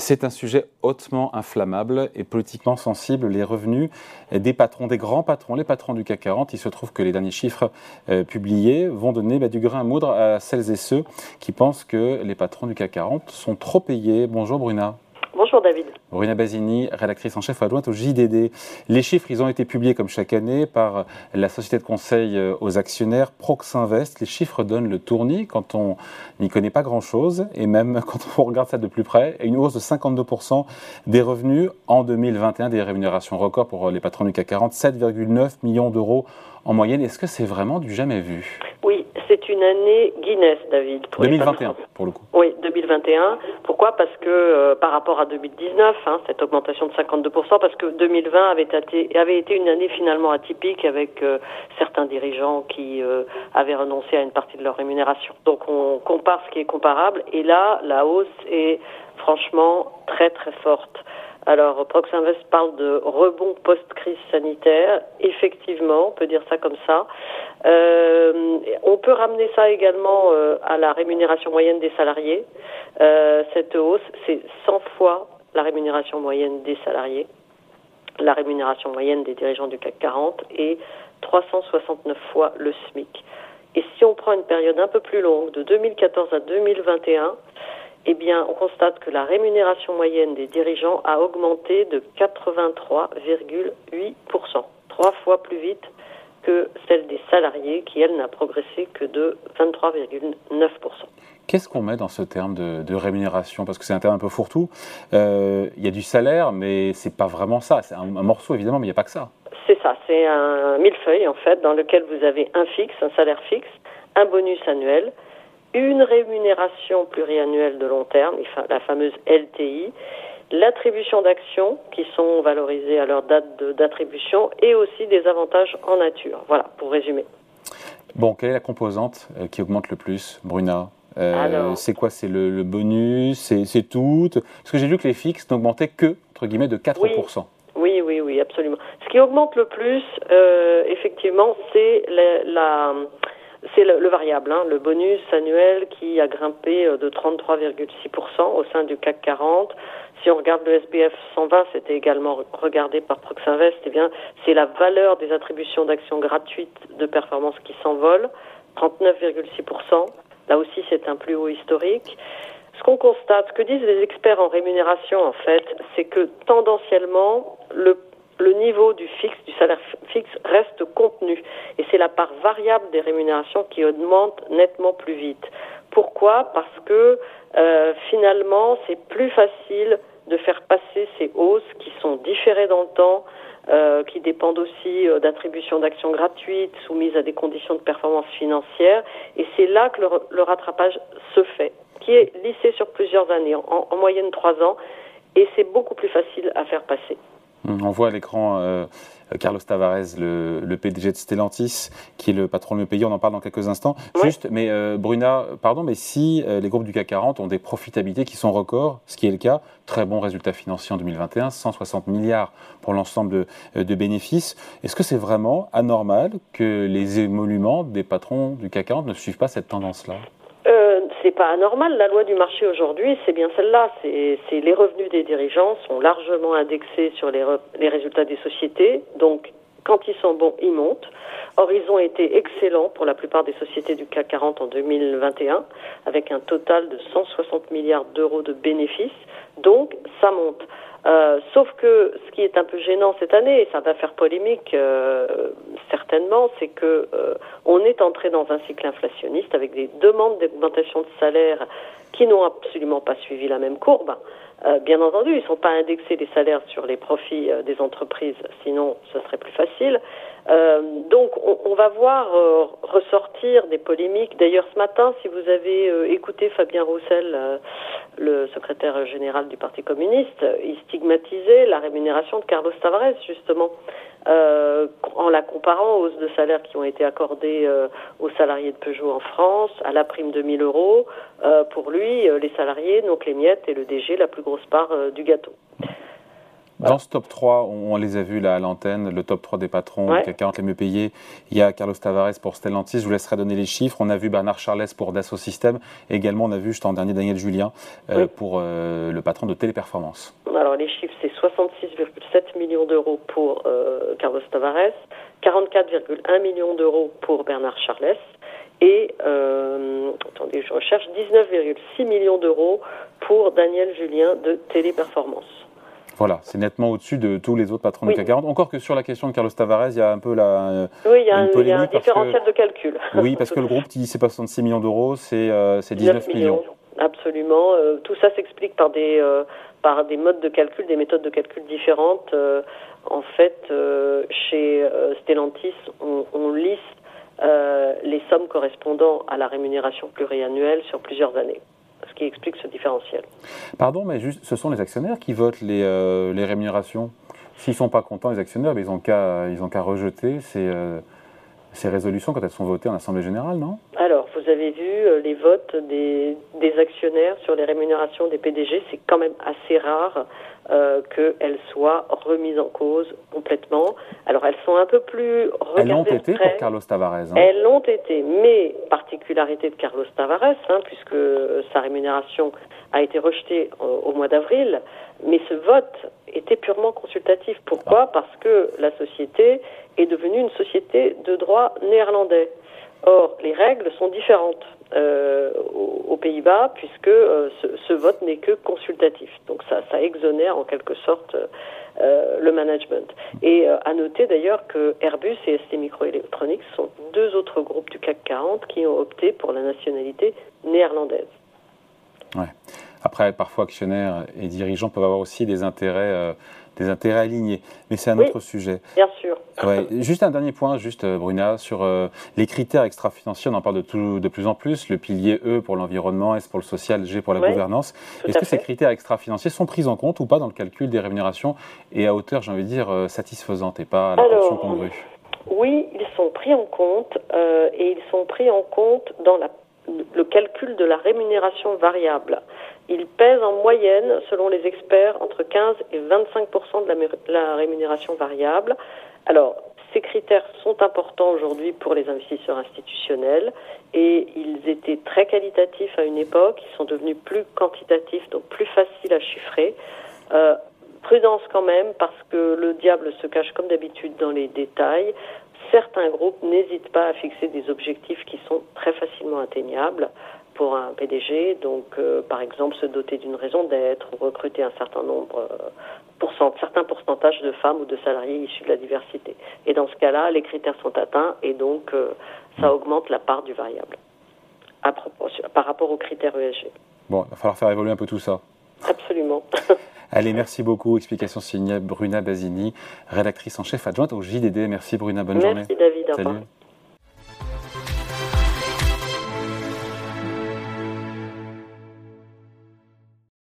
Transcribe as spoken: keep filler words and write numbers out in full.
C'est un sujet hautement inflammable et politiquement sensible, les revenus des patrons, des grands patrons, les patrons du C A C quarante. Il se trouve que les derniers chiffres euh, publiés vont donner bah, du grain à moudre à celles et ceux qui pensent que les patrons du C A C quarante sont trop payés. Bonjour Bruna. Bonjour David. Bruna Basini, rédactrice en chef adjointe au J D D. Les chiffres, ils ont été publiés comme chaque année par la société de conseil aux actionnaires Proxinvest. Les chiffres donnent le tournis quand on n'y connaît pas grand-chose et même quand on regarde ça de plus près. Une hausse de cinquante-deux pour cent des revenus en deux mille vingt et un, des rémunérations records pour les patrons du C A C quarante, sept virgule neuf millions d'euros en moyenne. Est-ce que c'est vraiment du jamais vu ? Oui, c'est une année Guinness, David. Pour deux mille vingt et un, pour le coup. Oui, deux mille vingt et un. Pourquoi ? Parce que euh, par rapport à deux mille dix-neuf, hein, cette augmentation de cinquante-deux pour cent, parce que deux mille vingt avait été, avait été une année finalement atypique avec euh, certains dirigeants qui euh, avaient renoncé à une partie de leur rémunération. Donc on compare ce qui est comparable, et là, la hausse est franchement très très forte. Alors, Proxinvest parle de rebond post-crise sanitaire. Effectivement, on peut dire ça comme ça. Euh, on peut ramener ça également euh, à la rémunération moyenne des salariés. Euh, cette hausse, c'est cent fois la rémunération moyenne des salariés. La rémunération moyenne des dirigeants du C A C quarante est trois cent soixante-neuf fois le SMIC. Et si on prend une période un peu plus longue, de deux mille quatorze à deux mille vingt et un, eh bien, on constate que la rémunération moyenne des dirigeants a augmenté de quatre-vingt-trois virgule huit pour cent, trois fois plus vite que celle des salariés, qui, elle, n'a progressé que de vingt-trois virgule neuf pour cent. Qu'est-ce qu'on met dans ce terme de, de rémunération ? Parce que c'est un terme un peu fourre-tout. Euh, il y a du salaire, mais c'est pas vraiment ça. C'est un, un morceau, évidemment, mais il n'y a pas que ça. C'est ça, c'est un millefeuille, en fait, dans lequel vous avez un fixe, un salaire fixe, un bonus annuel, une rémunération pluriannuelle de long terme, la fameuse L T I, l'attribution d'actions qui sont valorisées à leur date de, d'attribution et aussi des avantages en nature. Voilà, pour résumer. Bon, quelle est la composante euh, qui augmente le plus, Bruna ? euh, Alors, C'est quoi ? C'est le, le bonus ? C'est, c'est tout ? Parce que j'ai vu que les fixes n'augmentaient que, entre guillemets, de quatre pour cent. Oui, oui, oui, oui, absolument. Ce qui augmente le plus, euh, effectivement, c'est la... la C'est le, le variable, hein, le bonus annuel qui a grimpé de trente-trois virgule six pour cent au sein du C A C quarante. Si on regarde le S B F cent vingt, c'était également regardé par Proxinvest, eh bien, c'est la valeur des attributions d'actions gratuites de performance qui s'envole, trente-neuf virgule six pour cent. Là aussi, c'est un plus haut historique. Ce qu'on constate, ce que disent les experts en rémunération, en fait, c'est que tendanciellement, le le niveau du fixe, du salaire fixe reste contenu. Et c'est la part variable des rémunérations qui augmente nettement plus vite. Pourquoi ? Parce que euh, finalement, c'est plus facile de faire passer ces hausses qui sont différées dans le temps, euh, qui dépendent aussi euh, d'attributions d'actions gratuites, soumises à des conditions de performance financière. Et c'est là que le, le rattrapage se fait, qui est lissé sur plusieurs années, en, en moyenne trois ans. Et c'est beaucoup plus facile à faire passer. On voit à l'écran euh, Carlos Tavares, le, le P D G de Stellantis, qui est le patron le mieux payé. On en parle dans quelques instants. Ouais. Juste, mais euh, Bruna, pardon, mais si euh, les groupes du C A C quarante ont des profitabilités qui sont records, ce qui est le cas, très bon résultat financier en deux mille vingt et un, cent soixante milliards pour l'ensemble de, de bénéfices. Est-ce que c'est vraiment anormal que les émoluments des patrons du C A C quarante ne suivent pas cette tendance-là ? Euh, c'est pas anormal. La loi du marché aujourd'hui, c'est bien celle-là. C'est, c'est les revenus des dirigeants sont largement indexés sur les, re, les résultats des sociétés. Donc, quand ils sont bons, ils montent. Or, ils ont été excellents pour la plupart des sociétés du C A C quarante en deux mille vingt et un, avec un total de cent soixante milliards d'euros de bénéfices. Donc, ça monte. Euh, sauf que ce qui est un peu gênant cette année, et ça va faire polémique euh, certainement, c'est que euh, on est entré dans un cycle inflationniste avec des demandes d'augmentation de salaire qui n'ont absolument pas suivi la même courbe. Euh, bien entendu, ils ne sont pas indexés les salaires sur les profits euh, des entreprises, sinon ce serait plus facile. Euh, donc on, on va voir euh, ressortir des polémiques. D'ailleurs ce matin, si vous avez euh, écouté Fabien Roussel, euh, le secrétaire général du Parti communiste, il stigmatisait la rémunération de Carlos Tavares justement, euh, en la comparant aux hausses de salaire qui ont été accordées euh, aux salariés de Peugeot en France, à la prime de mille euros. Euh, pour lui, euh, les salariés n'ont que les miettes et le D G la plus grosse part euh, du gâteau. Voilà. Dans ce top trois, on, on les a vus là à l'antenne, le top trois des patrons ouais. du C A C quarante les mieux payés. Il y a Carlos Tavares pour Stellantis, je vous laisserai donner les chiffres. On a vu Bernard Charlès pour Dassault Systèmes. Également, on a vu juste en dernier Daniel Julien euh, oui. pour euh, le patron de Téléperformance. Alors les chiffres, c'est soixante-six virgule sept millions d'euros pour euh, Carlos Tavares, quarante-quatre virgule un millions d'euros pour Bernard Charlès et, euh, attendez, je recherche, dix-neuf virgule six millions d'euros pour Daniel Julien de Téléperformance. Voilà, c'est nettement au-dessus de tous les autres patrons oui. du C A C quarante. Encore que sur la question de Carlos Tavares, il y a un peu la oui, il y a, un, il y a un différentiel que, de calcul. Oui, parce que le groupe dit c'est pas soixante-six millions d'euros, c'est euh, dix-neuf millions. Absolument. Euh, tout ça s'explique par des euh, par des modes de calcul, des méthodes de calcul différentes. Euh, en fait, euh, chez euh, Stellantis, on, on lisse euh, les sommes correspondant à la rémunération pluriannuelle sur plusieurs années. Ce qui explique ce différentiel. Pardon, mais juste, ce sont les actionnaires qui votent les, euh, les rémunérations. S'ils ne sont pas contents, les actionnaires, mais ils n'ont qu'à ils ont qu'à rejeter ces, euh, ces résolutions quand elles sont votées en Assemblée générale, non? Alors, vous avez vu euh, les votes des, des actionnaires sur les rémunérations des P D G, c'est quand même assez rare euh, qu'elles soient remises en cause complètement. Alors, elles sont un peu plus regardées. Elles l'ont été près. Pour Carlos Tavares. Hein. Elles l'ont été, mais particularité de Carlos Tavares, hein, puisque sa rémunération a été rejetée au, au mois d'avril, mais ce vote était purement consultatif. Pourquoi? Ah. Parce que la société est devenue une société de droit néerlandais. Or, les règles sont différentes euh, aux, aux Pays-Bas, puisque euh, ce, ce vote n'est que consultatif. Donc ça, ça exonère en quelque sorte euh, le management. Et euh, à noter d'ailleurs que Airbus et S T Microelectronics sont deux autres groupes du C A C quarante qui ont opté pour la nationalité néerlandaise. Ouais. Après, parfois, actionnaires et dirigeants peuvent avoir aussi des intérêts, euh, des intérêts alignés. Mais c'est un oui, autre sujet. Bien sûr. Ouais. Juste un dernier point, juste Bruna, sur euh, les critères extra-financiers. On en parle de, tout, de plus en plus. Le pilier E pour l'environnement, S pour le social, G pour la oui, gouvernance. Est-ce que fait. ces critères extra-financiers sont pris en compte ou pas dans le calcul des rémunérations et à hauteur, j'ai envie de dire, euh, satisfaisante et pas à la Alors, portion congrue? Oui, ils sont pris en compte euh, et ils sont pris en compte dans la, le calcul de la rémunération variable. Il pèse en moyenne, selon les experts, entre quinze et vingt-cinq pour cent de la, la rémunération variable. Alors, ces critères sont importants aujourd'hui pour les investisseurs institutionnels et ils étaient très qualitatifs à une époque. Ils sont devenus plus quantitatifs, donc plus faciles à chiffrer. Euh, prudence quand même, parce que le diable se cache comme d'habitude dans les détails. Certains groupes n'hésitent pas à fixer des objectifs qui sont très facilement atteignables pour un P D G, donc euh, par exemple se doter d'une raison d'être ou recruter un certain nombre, euh, pourcent, certains pourcentages de femmes ou de salariés issus de la diversité. Et dans ce cas-là, les critères sont atteints et donc euh, ça augmente la part du variable à propos, par rapport aux critères E S G. Bon, il va falloir faire évoluer un peu tout ça. Absolument. Allez, merci beaucoup. Explication signée Bruna Basini, rédactrice en chef adjointe au J D D. Merci Bruna, bonne merci journée. Merci David, au revoir. Salut.